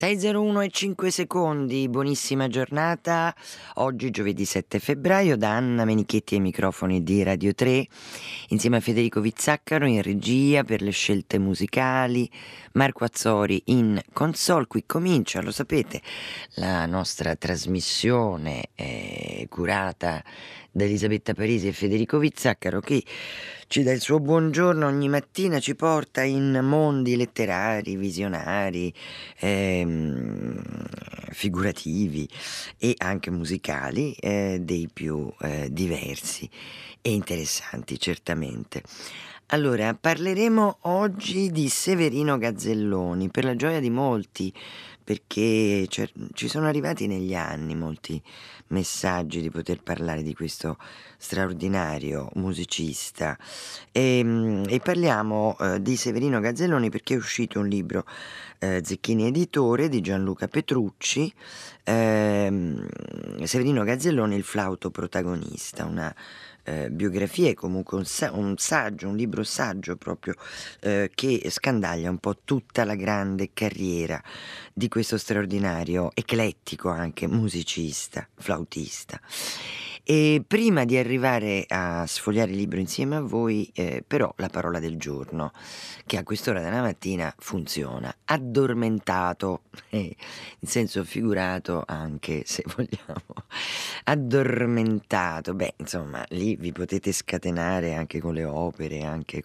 6:01 e 5 secondi, buonissima giornata. Oggi giovedì 7 febbraio da Anna Menichetti ai microfoni di Radio 3, insieme a Federico Vizzaccaro in regia per le scelte musicali, Marco Azzori in console. Qui comincia, lo sapete, la nostra trasmissione curata da Elisabetta Parisi e Federico Vizzaccaro, che ci dà il suo buongiorno ogni mattina, ci porta in mondi letterari, visionari, figurativi e anche musicali, dei più diversi e interessanti certamente. Allora, parleremo oggi di Severino Gazzelloni, per la gioia di molti, perché ci sono arrivati negli anni molti messaggi di poter parlare di questo straordinario musicista, e parliamo di Severino Gazzelloni perché è uscito un libro, Zecchini Editore, di Gianluca Petrucci, Severino Gazzelloni, il flauto protagonista, una biografia e comunque un saggio, un libro saggio proprio, che scandaglia un po' tutta la grande carriera di questo straordinario, eclettico anche, musicista, flautista. E prima di arrivare a sfogliare il libro insieme a voi, però la parola del giorno, che a quest'ora della mattina funziona. Addormentato, in senso figurato anche, se vogliamo. Addormentato, beh, insomma, lì vi potete scatenare anche con le opere, anche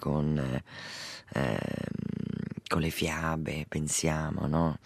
con le fiabe, pensiamo, no?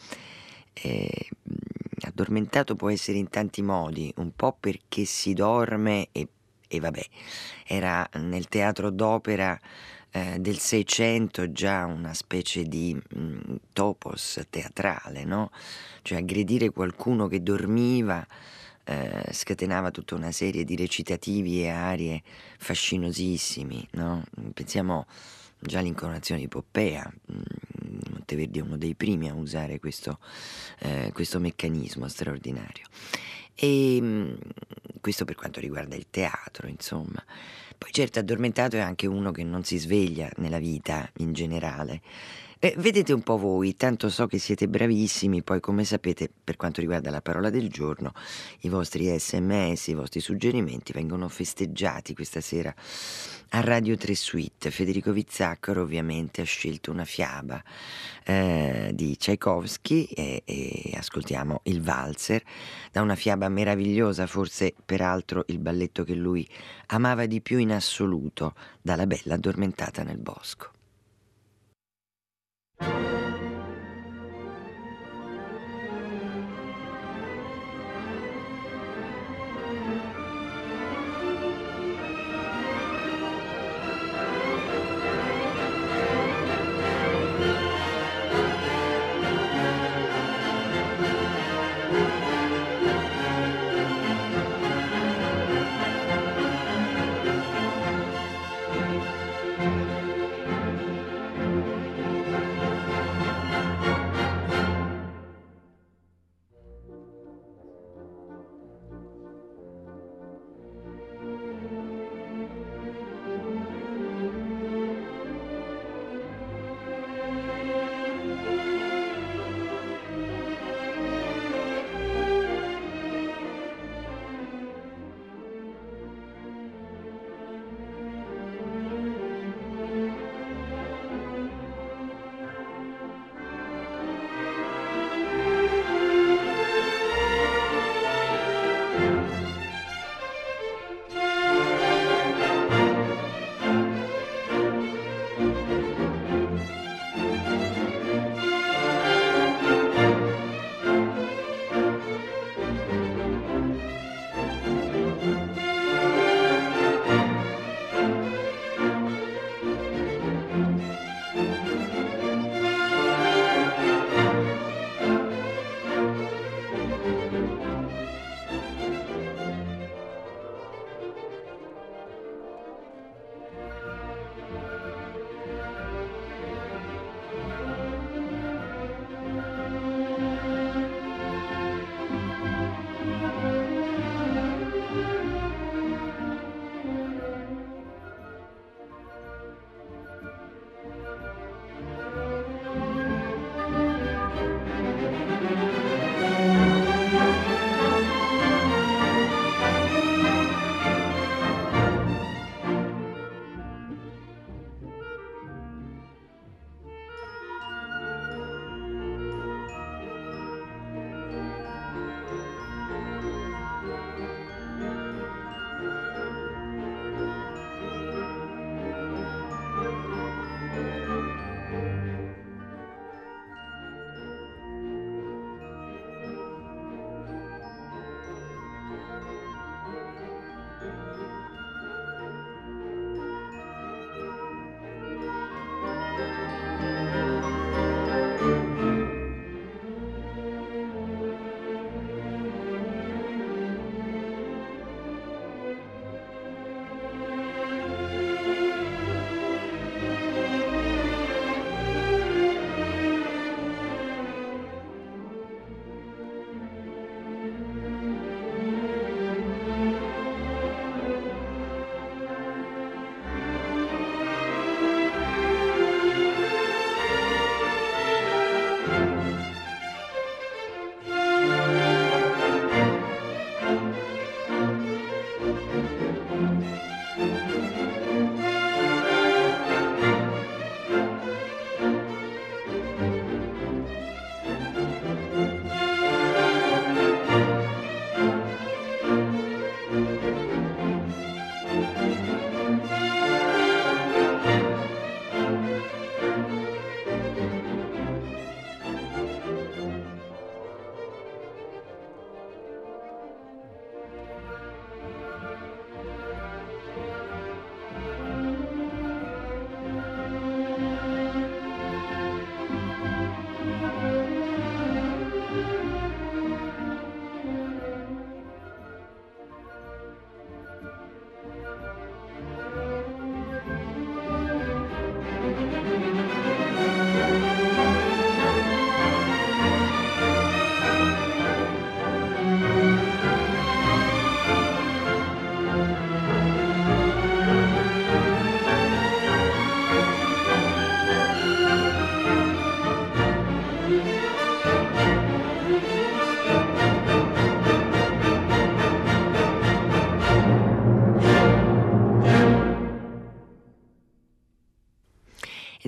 Addormentato può essere in tanti modi, un po' perché si dorme e vabbè, era nel teatro d'opera del Seicento già una specie di topos teatrale, no? Cioè aggredire qualcuno che dormiva scatenava tutta una serie di recitativi e arie fascinosissimi, no? Pensiamo già all'Incoronazione di Poppea. Monteverdi è uno dei primi a usare questo meccanismo straordinario. E questo per quanto riguarda il teatro, insomma. Poi certo, addormentato è anche uno che non si sveglia nella vita in generale. Vedete un po' voi, tanto so che siete bravissimi, poi come sapete, per quanto riguarda la parola del giorno, i vostri SMS, i vostri suggerimenti vengono festeggiati questa sera a Radio 3 Suite. Federico Vizzaccaro ovviamente ha scelto una fiaba di Tchaikovsky e ascoltiamo il valzer da una fiaba meravigliosa, forse peraltro il balletto che lui amava di più in assoluto, dalla Bella addormentata nel bosco.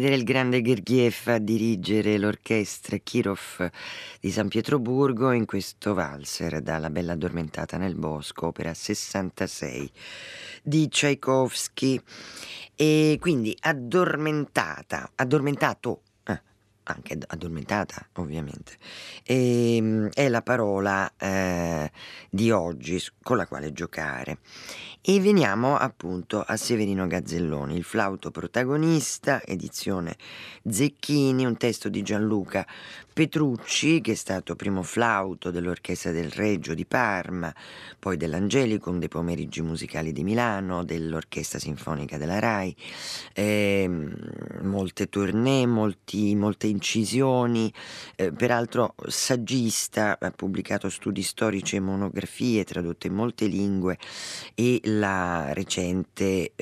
vedere il grande Gergiev a dirigere l'orchestra Kirov di San Pietroburgo in questo valzer dalla Bella addormentata nel bosco, opera 66 di Tchaikovsky. E quindi addormentato, anche addormentata ovviamente, è la parola di oggi con la quale giocare. E veniamo appunto a Severino Gazzelloni, il flauto protagonista, edizione Zecchini, un testo di Gianluca Petrucci, che è stato primo flauto dell'Orchestra del Reggio di Parma, poi dell'Angelicum, dei Pomeriggi Musicali di Milano, dell'Orchestra Sinfonica della RAI, molte tournée, molte incisioni, peraltro saggista, ha pubblicato studi storici e monografie tradotte in molte lingue, e la recente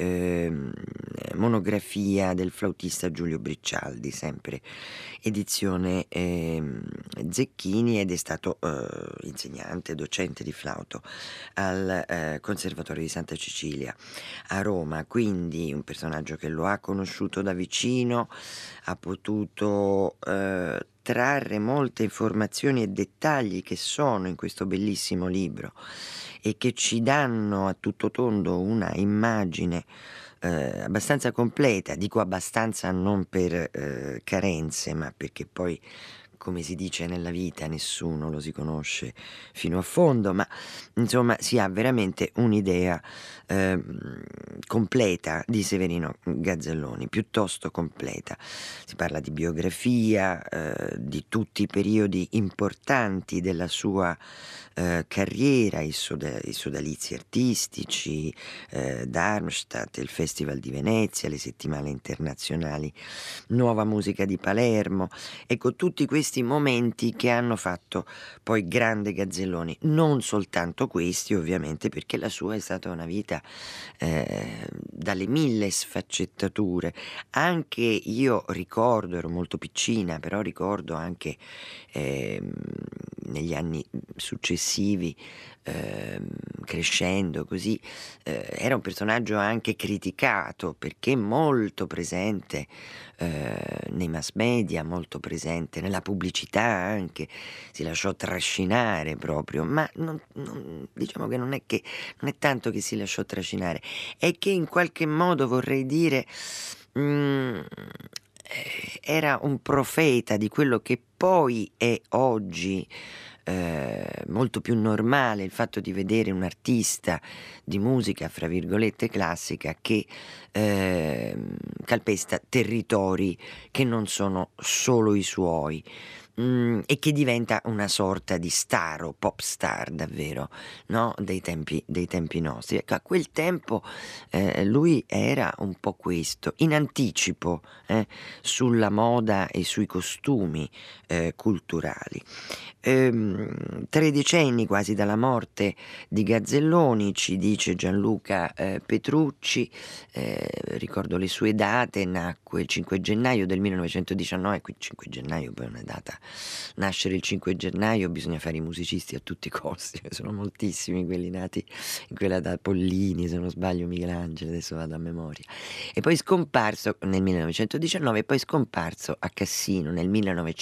monografia del flautista Giulio Briccialdi, sempre edizione Zecchini, ed è stato insegnante, docente di flauto al Conservatorio di Santa Cecilia a Roma, quindi un personaggio che lo ha conosciuto da vicino, ha potuto trarre molte informazioni e dettagli che sono in questo bellissimo libro e che ci danno a tutto tondo una immagine abbastanza completa. Dico abbastanza non per carenze, ma perché poi, come si dice nella vita, nessuno lo si conosce fino a fondo, ma insomma si ha veramente un'idea completa di Severino Gazzelloni, piuttosto completa. Si parla di biografia, di tutti i periodi importanti della sua carriera, i sodalizi artistici, Darmstadt, il Festival di Venezia, le settimane internazionali Nuova Musica di Palermo. Ecco, tutti questi momenti che hanno fatto poi grande Gazzelloni, non soltanto questi ovviamente, perché la sua è stata una vita dalle mille sfaccettature. Anche io ricordo, ero molto piccina, però ricordo anche negli anni successivi, crescendo così, era un personaggio anche criticato, perché molto presente nei mass media, molto presente nella pubblicità, anche si lasciò trascinare proprio, ma diciamo che non è tanto che si lasciò trascinare, è che in qualche modo, vorrei dire, era un profeta di quello che poi è oggi molto più normale, il fatto di vedere un artista di musica fra virgolette classica che calpesta territori che non sono solo i suoi, e che diventa una sorta di star o pop star davvero, no? Dei tempi nostri. Ecco, a quel tempo lui era un po' questo, in anticipo sulla moda e sui costumi culturali. 3 decenni quasi dalla morte di Gazzelloni, ci dice Gianluca Petrucci, ricordo le sue date: nacque il 5 gennaio del 1919, qui 5 gennaio poi è una data, nascere il 5 gennaio bisogna fare i musicisti a tutti i costi, sono moltissimi quelli nati in quella data, Pollini se non sbaglio, Michelangelo, adesso vado a memoria, e poi scomparso nel 1919 e poi scomparso a Cassino nel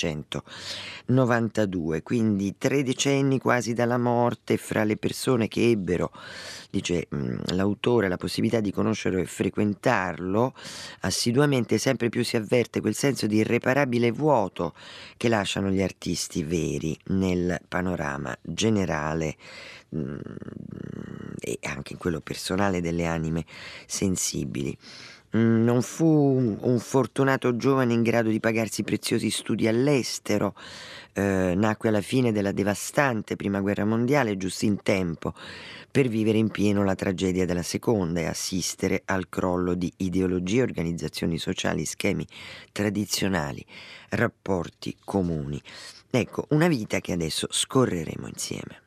1992, quindi 3 decenni quasi dalla morte. Fra le persone che ebbero, dice l'autore, la possibilità di conoscerlo e frequentarlo assiduamente, sempre più si avverte quel senso di irreparabile vuoto che lasciano gli artisti veri nel panorama generale e anche in quello personale delle anime sensibili. Non fu un fortunato giovane in grado di pagarsi preziosi studi all'estero, nacque alla fine della devastante Prima Guerra Mondiale, giusto in tempo per vivere in pieno la tragedia della Seconda e assistere al crollo di ideologie, organizzazioni sociali, schemi tradizionali, rapporti comuni. Ecco, una vita che adesso scorreremo insieme.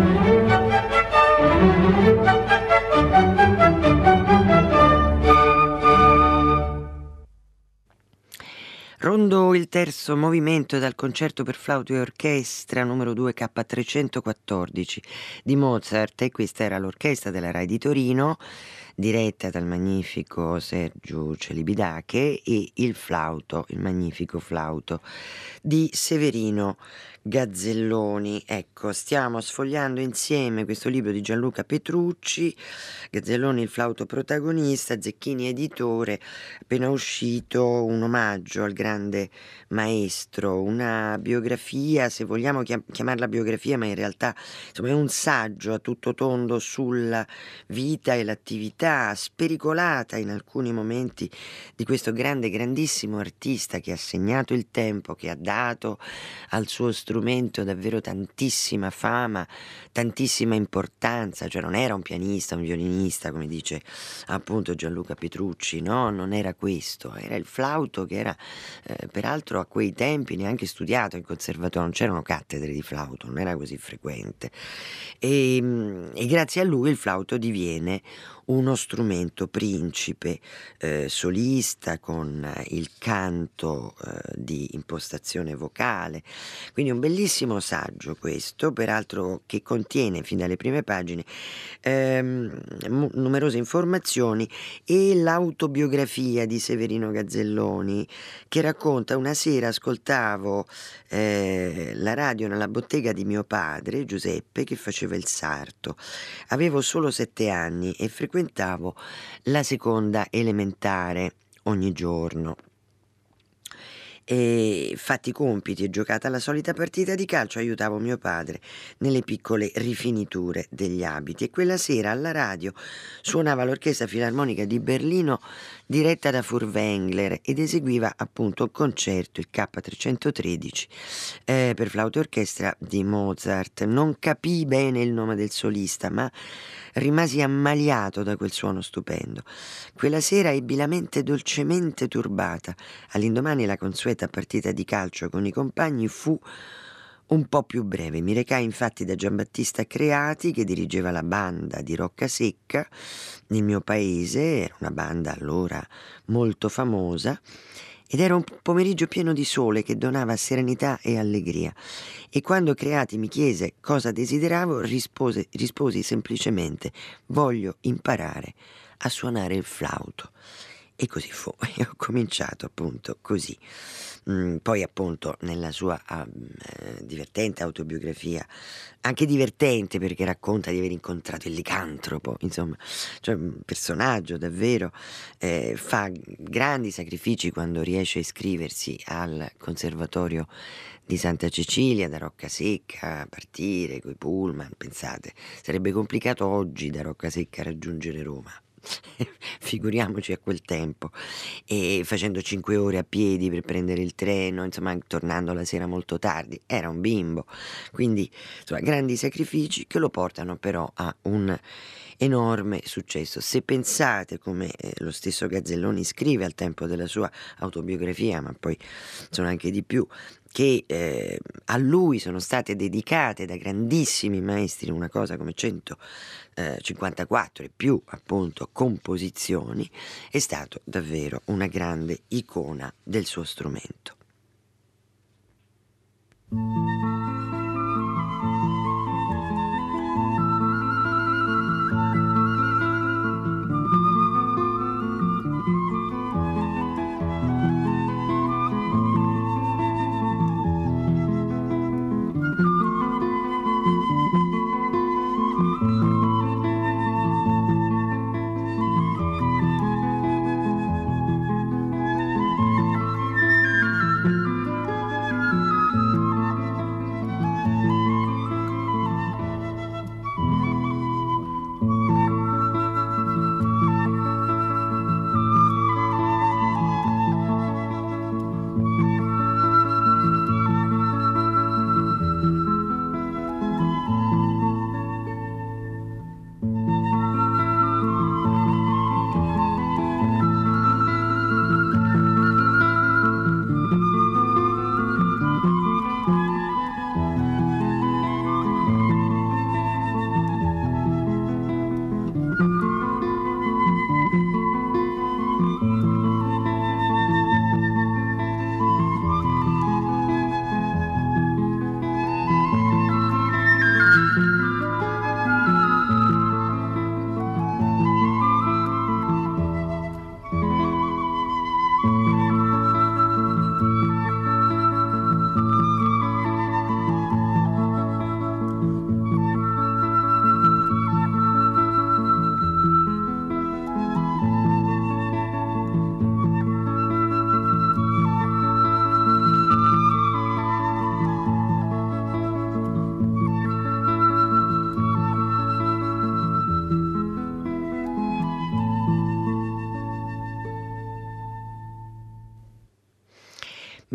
Rondo il terzo movimento dal concerto per flauto e orchestra numero 2 K314 di Mozart, e questa era l'orchestra della Rai di Torino, diretta dal magnifico Sergiu Celibidache, e il magnifico flauto di Severino Gazzelloni. Ecco, stiamo sfogliando insieme questo libro di Gianluca Petrucci, Gazzelloni il flauto protagonista, Zecchini editore, appena uscito un omaggio al grande maestro, una biografia, se vogliamo chiamarla biografia, ma in realtà insomma è un saggio a tutto tondo sulla vita e l'attività spericolata in alcuni momenti di questo grandissimo artista che ha segnato il tempo, che ha dato al suo strumento davvero tantissima fama, tantissima importanza. Cioè non era un pianista, un violinista, come dice appunto Gianluca Petrucci, no, non era questo, era il flauto, che era peraltro a quei tempi neanche studiato in conservatorio, non c'erano cattedre di flauto, non era così frequente, e grazie a lui il flauto diviene uno strumento principe, solista, con il canto di impostazione vocale. Quindi un bellissimo saggio questo, peraltro, che contiene fin dalle prime pagine numerose informazioni, e l'autobiografia di Severino Gazzelloni, che racconta: una sera ascoltavo la radio nella bottega di mio padre Giuseppe, che faceva il sarto. Avevo solo 7 anni e frequentavo la seconda elementare ogni giorno. E fatti i compiti e giocata la solita partita di calcio, aiutavo mio padre nelle piccole rifiniture degli abiti, e quella sera alla radio suonava l'Orchestra Filarmonica di Berlino diretta da Furtwängler, ed eseguiva appunto un concerto, il K313, per flauto e orchestra di Mozart. Non capii bene il nome del solista, ma rimasi ammaliato da quel suono stupendo. Quella sera ebbi la mente dolcemente turbata. All'indomani la consueta partita di calcio con i compagni fu un po' più breve. Mi recai infatti da Giambattista Creati, che dirigeva la banda di Roccasecca nel mio paese, era una banda allora molto famosa, ed era un pomeriggio pieno di sole che donava serenità e allegria. E quando Creati mi chiese cosa desideravo, risposi semplicemente: voglio imparare a suonare il flauto. E così fu, e ho cominciato appunto così. Poi appunto nella sua divertente autobiografia, anche divertente perché racconta di aver incontrato il licantropo, insomma, cioè un personaggio davvero, fa grandi sacrifici quando riesce a iscriversi al Conservatorio di Santa Cecilia da Roccasecca, partire coi pullman. Pensate, sarebbe complicato oggi da Roccasecca raggiungere Roma. Figuriamoci a quel tempo, e facendo 5 ore a piedi per prendere il treno, insomma tornando la sera molto tardi. Era un bimbo, quindi insomma grandi sacrifici che lo portano però a un enorme successo. Se pensate, come lo stesso Gazzelloni scrive al tempo della sua autobiografia, ma poi sono anche di più, che a lui sono state dedicate da grandissimi maestri una cosa come 154 e più appunto composizioni, è stato davvero una grande icona del suo strumento.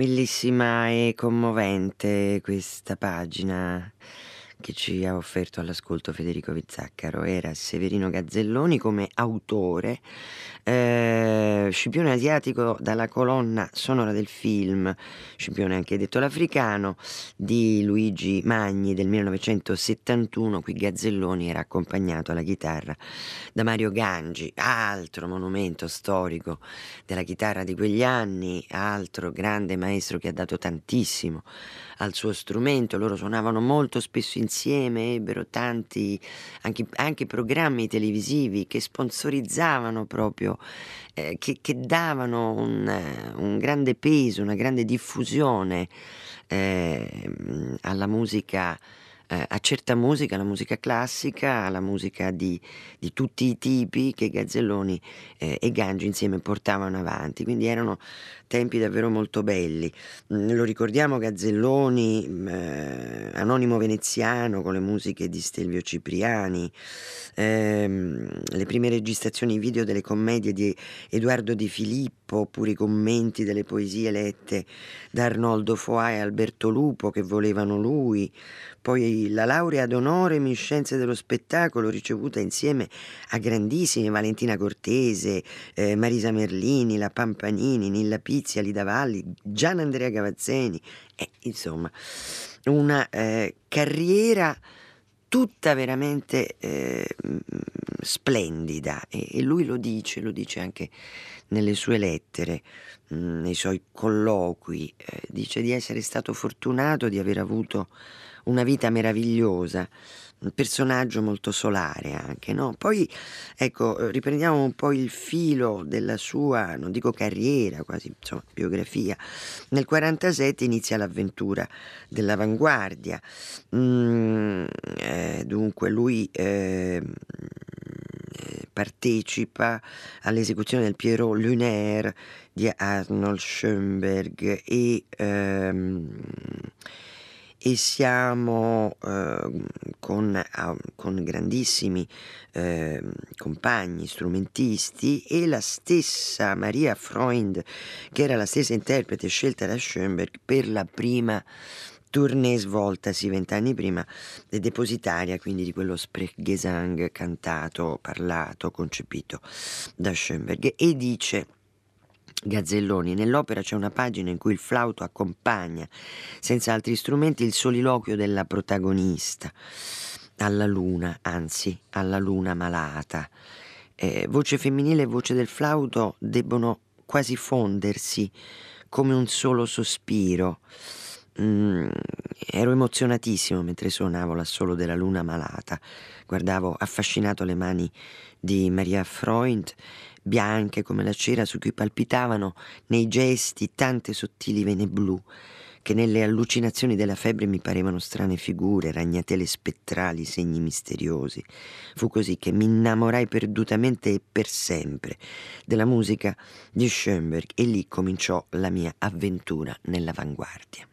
Bellissima e commovente questa pagina che ci ha offerto all'ascolto Federico Vizzaccaro. Era Severino Gazzelloni come autore, Scipione asiatico dalla colonna sonora del film, Scipione anche detto l'africano, di Luigi Magni del 1971. Qui Gazzelloni era accompagnato alla chitarra da Mario Gangi, altro monumento storico della chitarra di quegli anni, altro grande maestro che ha dato tantissimo al suo strumento. Loro suonavano molto spesso insieme, ebbero tanti anche programmi televisivi che sponsorizzavano proprio, che davano un grande peso, una grande diffusione alla musica, a certa musica, alla musica classica, alla musica di tutti i tipi che Gazzelloni e Gangi insieme portavano avanti, quindi erano tempi davvero molto belli. Lo ricordiamo Gazzelloni, anonimo veneziano con le musiche di Stelvio Cipriani, le prime registrazioni video delle commedie di Edoardo Di Filippo, oppure i commenti delle poesie lette da Arnoldo Foà e Alberto Lupo che volevano lui. Poi la laurea d'onore in scienze dello spettacolo ricevuta insieme a grandissimi Valentina Cortese, Marisa Merlini, la Pampanini, Nilla Pizzi, Alida Valli, Gian Andrea Gavazzeni, insomma una carriera tutta veramente splendida, e lui lo dice anche nelle sue lettere, nei suoi colloqui, dice di essere stato fortunato di aver avuto una vita meravigliosa, un personaggio molto solare anche, no? Poi ecco, riprendiamo un po' il filo della sua, non dico carriera, quasi insomma biografia. Nel 47 inizia l'avventura dell'avanguardia. Dunque lui partecipa all'esecuzione del Pierrot Lunaire di Arnold Schoenberg e siamo con grandissimi compagni strumentisti, e la stessa Maria Freund, che era la stessa interprete scelta da Schoenberg per la prima tournée svoltasi 20 anni prima, è depositaria quindi di quello Sprechgesang cantato, parlato, concepito da Schoenberg. E dice Gazzelloni: nell'opera c'è una pagina in cui il flauto accompagna senza altri strumenti il soliloquio della protagonista alla luna, anzi alla luna malata. Voce femminile e voce del flauto debbono quasi fondersi come un solo sospiro. Ero emozionatissimo mentre suonavo l'assolo della luna malata. Guardavo affascinato le mani di Maria Freund, bianche come la cera, su cui palpitavano nei gesti tante sottili vene blu che nelle allucinazioni della febbre mi parevano strane figure, ragnatele spettrali, segni misteriosi. Fu così che mi innamorai perdutamente e per sempre della musica di Schoenberg, e lì cominciò la mia avventura nell'avanguardia.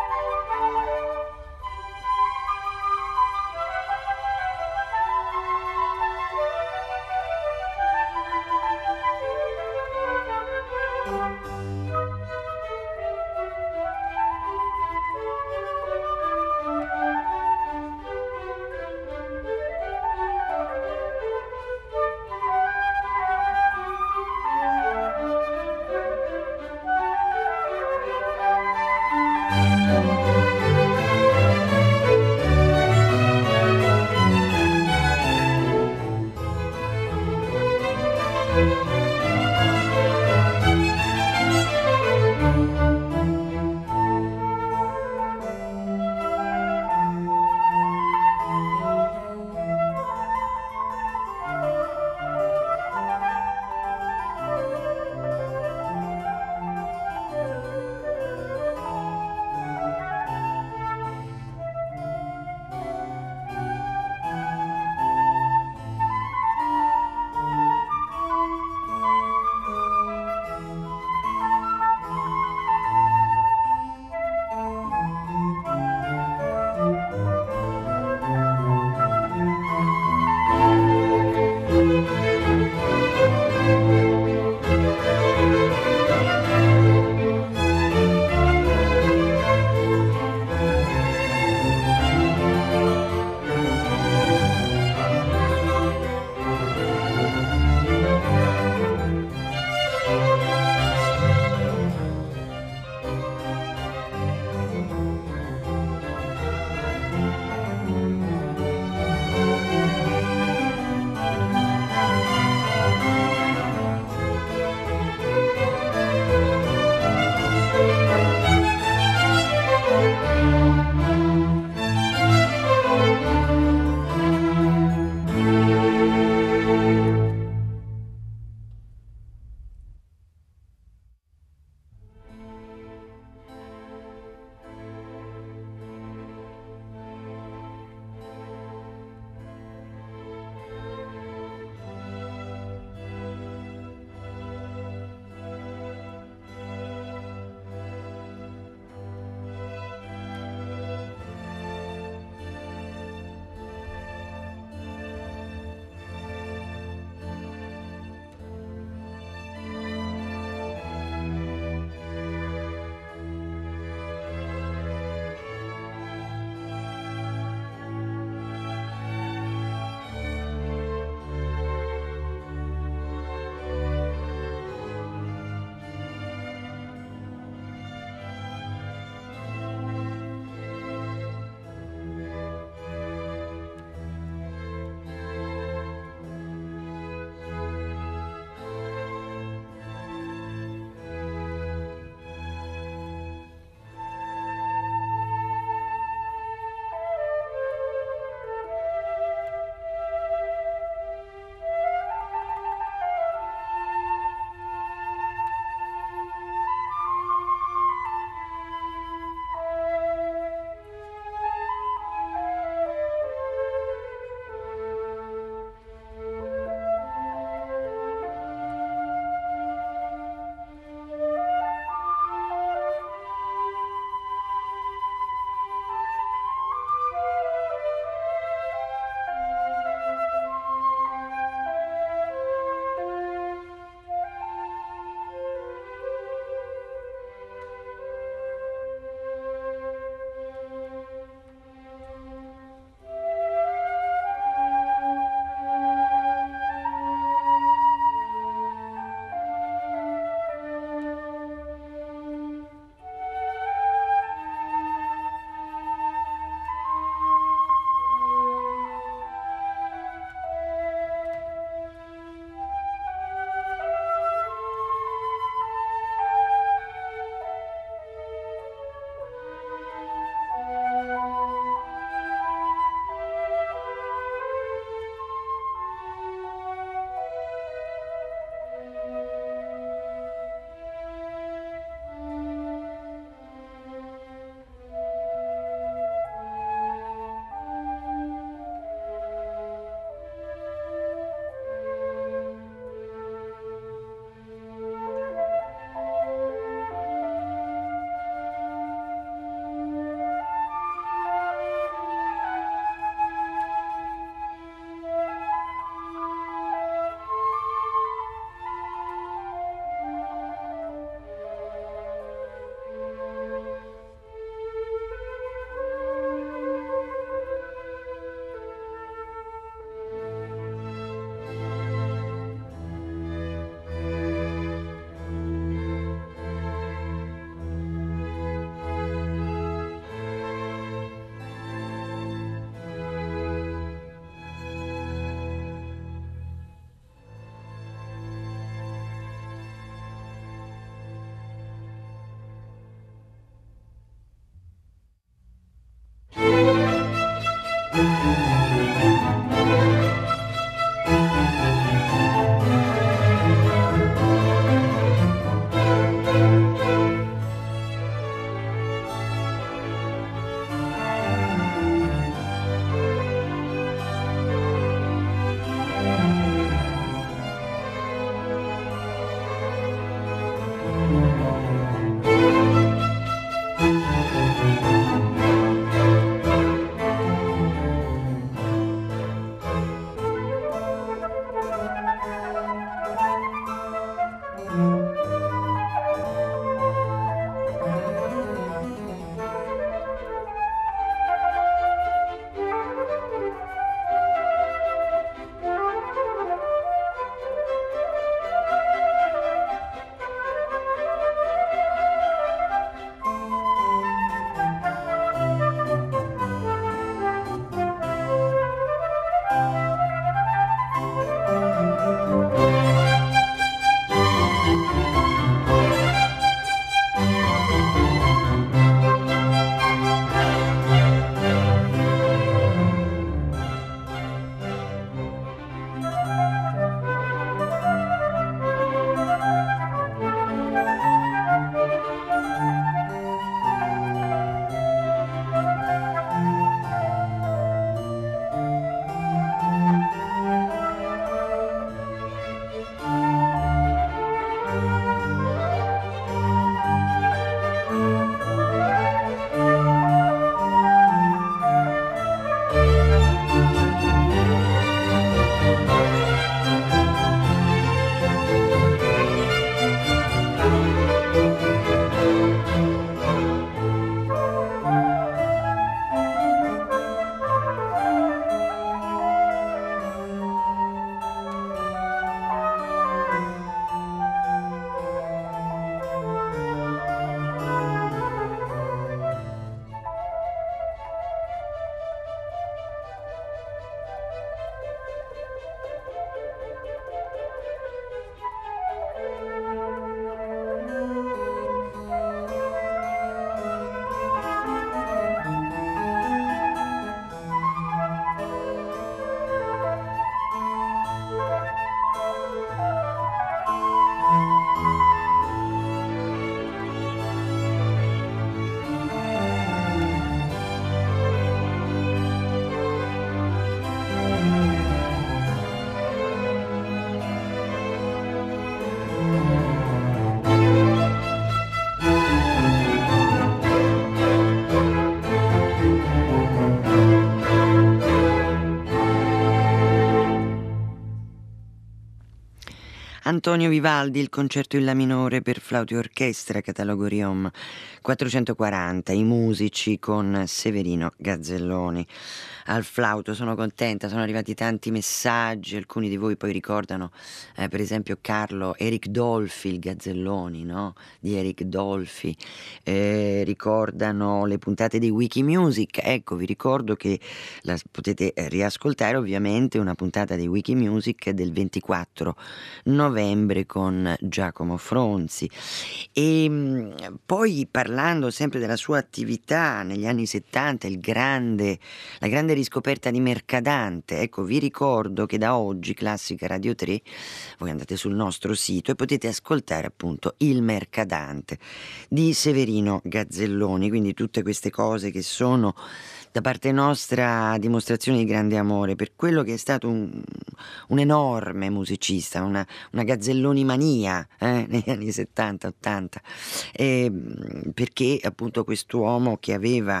Antonio Vivaldi, il concerto in la minore per flauto e orchestra, catalogo Riom 440, i musici con Severino Gazzelloni al flauto. Sono contenta, sono arrivati tanti messaggi, alcuni di voi poi ricordano per esempio Carlo Eric Dolphy, il Gazzelloni, no? Di Eric Dolphy, ricordano le puntate di Wikimusic. Ecco, vi ricordo che potete riascoltare ovviamente una puntata di Wikimusic del 24 novembre con Giacomo Fronzi. E poi, parlando sempre della sua attività negli anni 70, la grande riscoperta di Mercadante, ecco, vi ricordo che da oggi Classica Radio 3, voi andate sul nostro sito e potete ascoltare appunto Il Mercadante di Severino Gazzelloni, quindi tutte queste cose che sono da parte nostra dimostrazione di grande amore per quello che è stato un enorme musicista, una Gazzelloni mania negli anni 70-80, perché appunto quest'uomo che aveva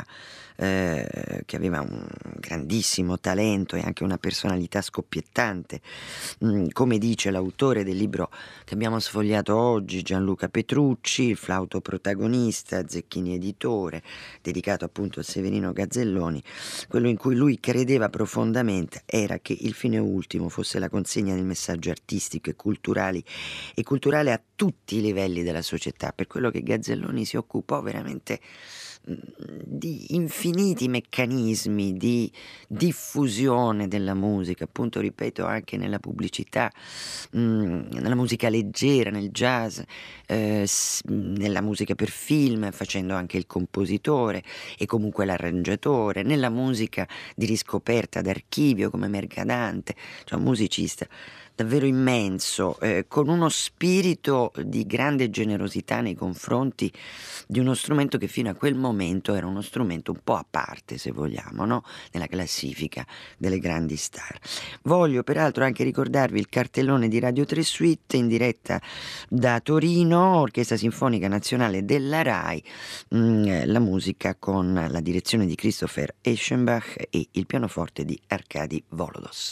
un grandissimo talento e anche una personalità scoppiettante, come dice l'autore del libro che abbiamo sfogliato oggi, Gianluca Petrucci, Il flauto protagonista, Zecchini editore, dedicato appunto a Severino Gazzelloni. Quello in cui lui credeva profondamente era che il fine ultimo fosse la consegna del messaggio artistico e culturale a tutti i livelli della società, per quello che Gazzelloni si occupò veramente di infiniti meccanismi di diffusione della musica, appunto ripeto anche nella pubblicità, nella musica leggera, nel jazz, nella musica per film, facendo anche il compositore e comunque l'arrangiatore, nella musica di riscoperta d'archivio come Mercadante, cioè un musicista davvero immenso, con uno spirito di grande generosità nei confronti di uno strumento che fino a quel momento era uno strumento un po' a parte, se vogliamo, no? Nella classifica delle grandi star. Voglio peraltro anche ricordarvi il cartellone di Radio 3 Suite in diretta da Torino, Orchestra Sinfonica Nazionale della RAI, la musica con la direzione di Christopher Eschenbach e il pianoforte di Arkady Volodos.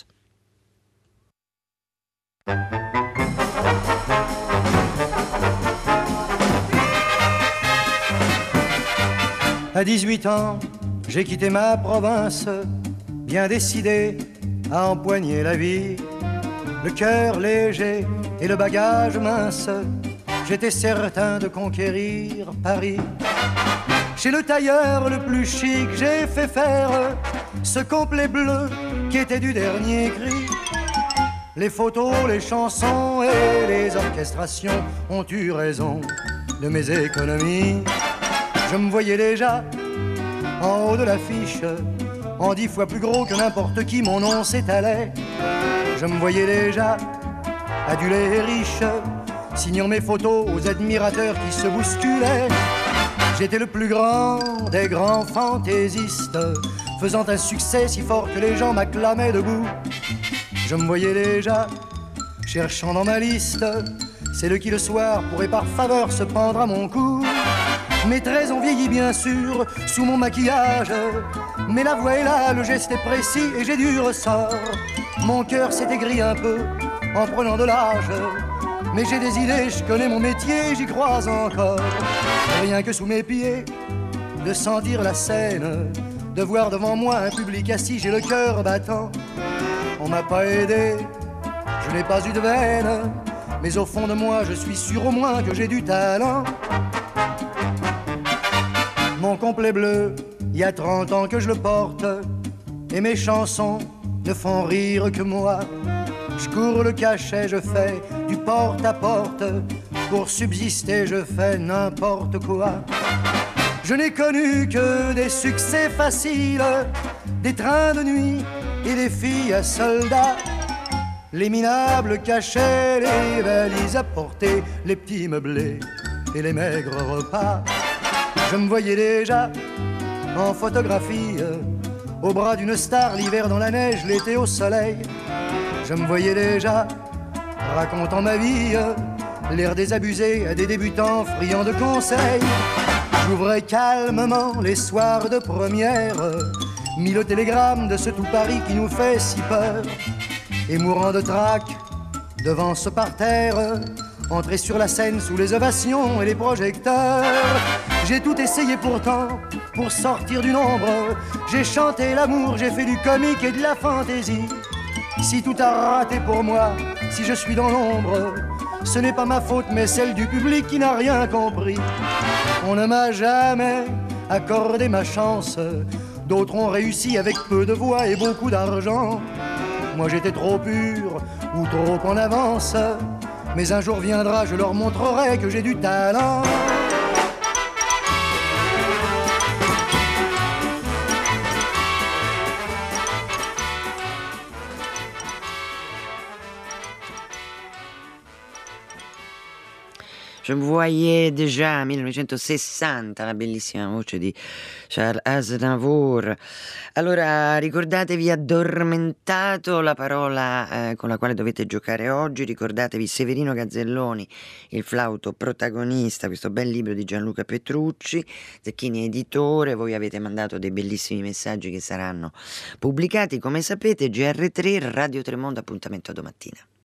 À 18 ans, j'ai quitté ma province, bien décidé à empoigner la vie. Le cœur léger et le bagage mince, j'étais certain de conquérir Paris. Chez le tailleur le plus chic, j'ai fait faire ce complet bleu qui était du dernier cri. Les photos, les chansons et les orchestrations ont eu raison de mes économies. Je me voyais déjà en haut de l'affiche, en 10 fois plus gros que n'importe qui, mon nom s'étalait. Je me voyais déjà adulé et riche, signant mes photos aux admirateurs qui se bousculaient. J'étais le plus grand des grands fantaisistes, faisant un succès si fort que les gens m'acclamaient debout. Je me voyais déjà cherchant dans ma liste celle qui le soir pourrait par faveur se pendre à mon cou. Mes traits ont vieilli bien sûr sous mon maquillage, mais la voix est là, le geste est précis et j'ai du ressort. Mon cœur s'est aigri un peu en prenant de l'âge, mais j'ai des idées, je connais mon métier, j'y crois encore. Rien que sous mes pieds, de sentir la scène, de voir devant moi un public assis, j'ai le cœur battant. On m'a pas aidé, je n'ai pas eu de veine, mais au fond de moi je suis sûr au moins que j'ai du talent. Mon complet bleu, il y a 30 ans que je le porte, et mes chansons ne font rire que moi. Je cours le cachet, je fais du porte-à-porte, pour subsister je fais n'importe quoi. Je n'ai connu que des succès faciles, des trains de nuit et des filles à soldats. Les minables cachets, les valises à porter, les petits meublés et les maigres repas. Je me voyais déjà en photographie, au bras d'une star, l'hiver dans la neige, l'été au soleil. Je me voyais déjà racontant ma vie, l'air désabusé à des débutants friands de conseils. J'ouvrais calmement les soirs de première, mis le télégramme de ce tout Paris qui nous fait si peur, et mourant de trac devant ce parterre, entrer sur la scène sous les ovations et les projecteurs. J'ai tout essayé pourtant pour sortir du nombre. J'ai chanté l'amour, j'ai fait du comique et de la fantaisie. Si tout a raté pour moi, si je suis dans l'ombre, ce n'est pas ma faute mais celle du public qui n'a rien compris. On ne m'a jamais accordé ma chance. D'autres ont réussi avec peu de voix et beaucoup d'argent. Moi j'étais trop pur ou trop en avance. Mais un jour viendra, je leur montrerai que j'ai du talent. Je voyais déjà 1960, la bellissima voce di Charles Aznavour. Allora ricordatevi Addormentato, la parola con la quale dovete giocare oggi, ricordatevi Severino Gazzelloni, il flauto protagonista, questo bel libro di Gianluca Petrucci, Zecchini editore. Voi avete mandato dei bellissimi messaggi che saranno pubblicati, come sapete. GR3, Radio Tremondo, appuntamento a domattina.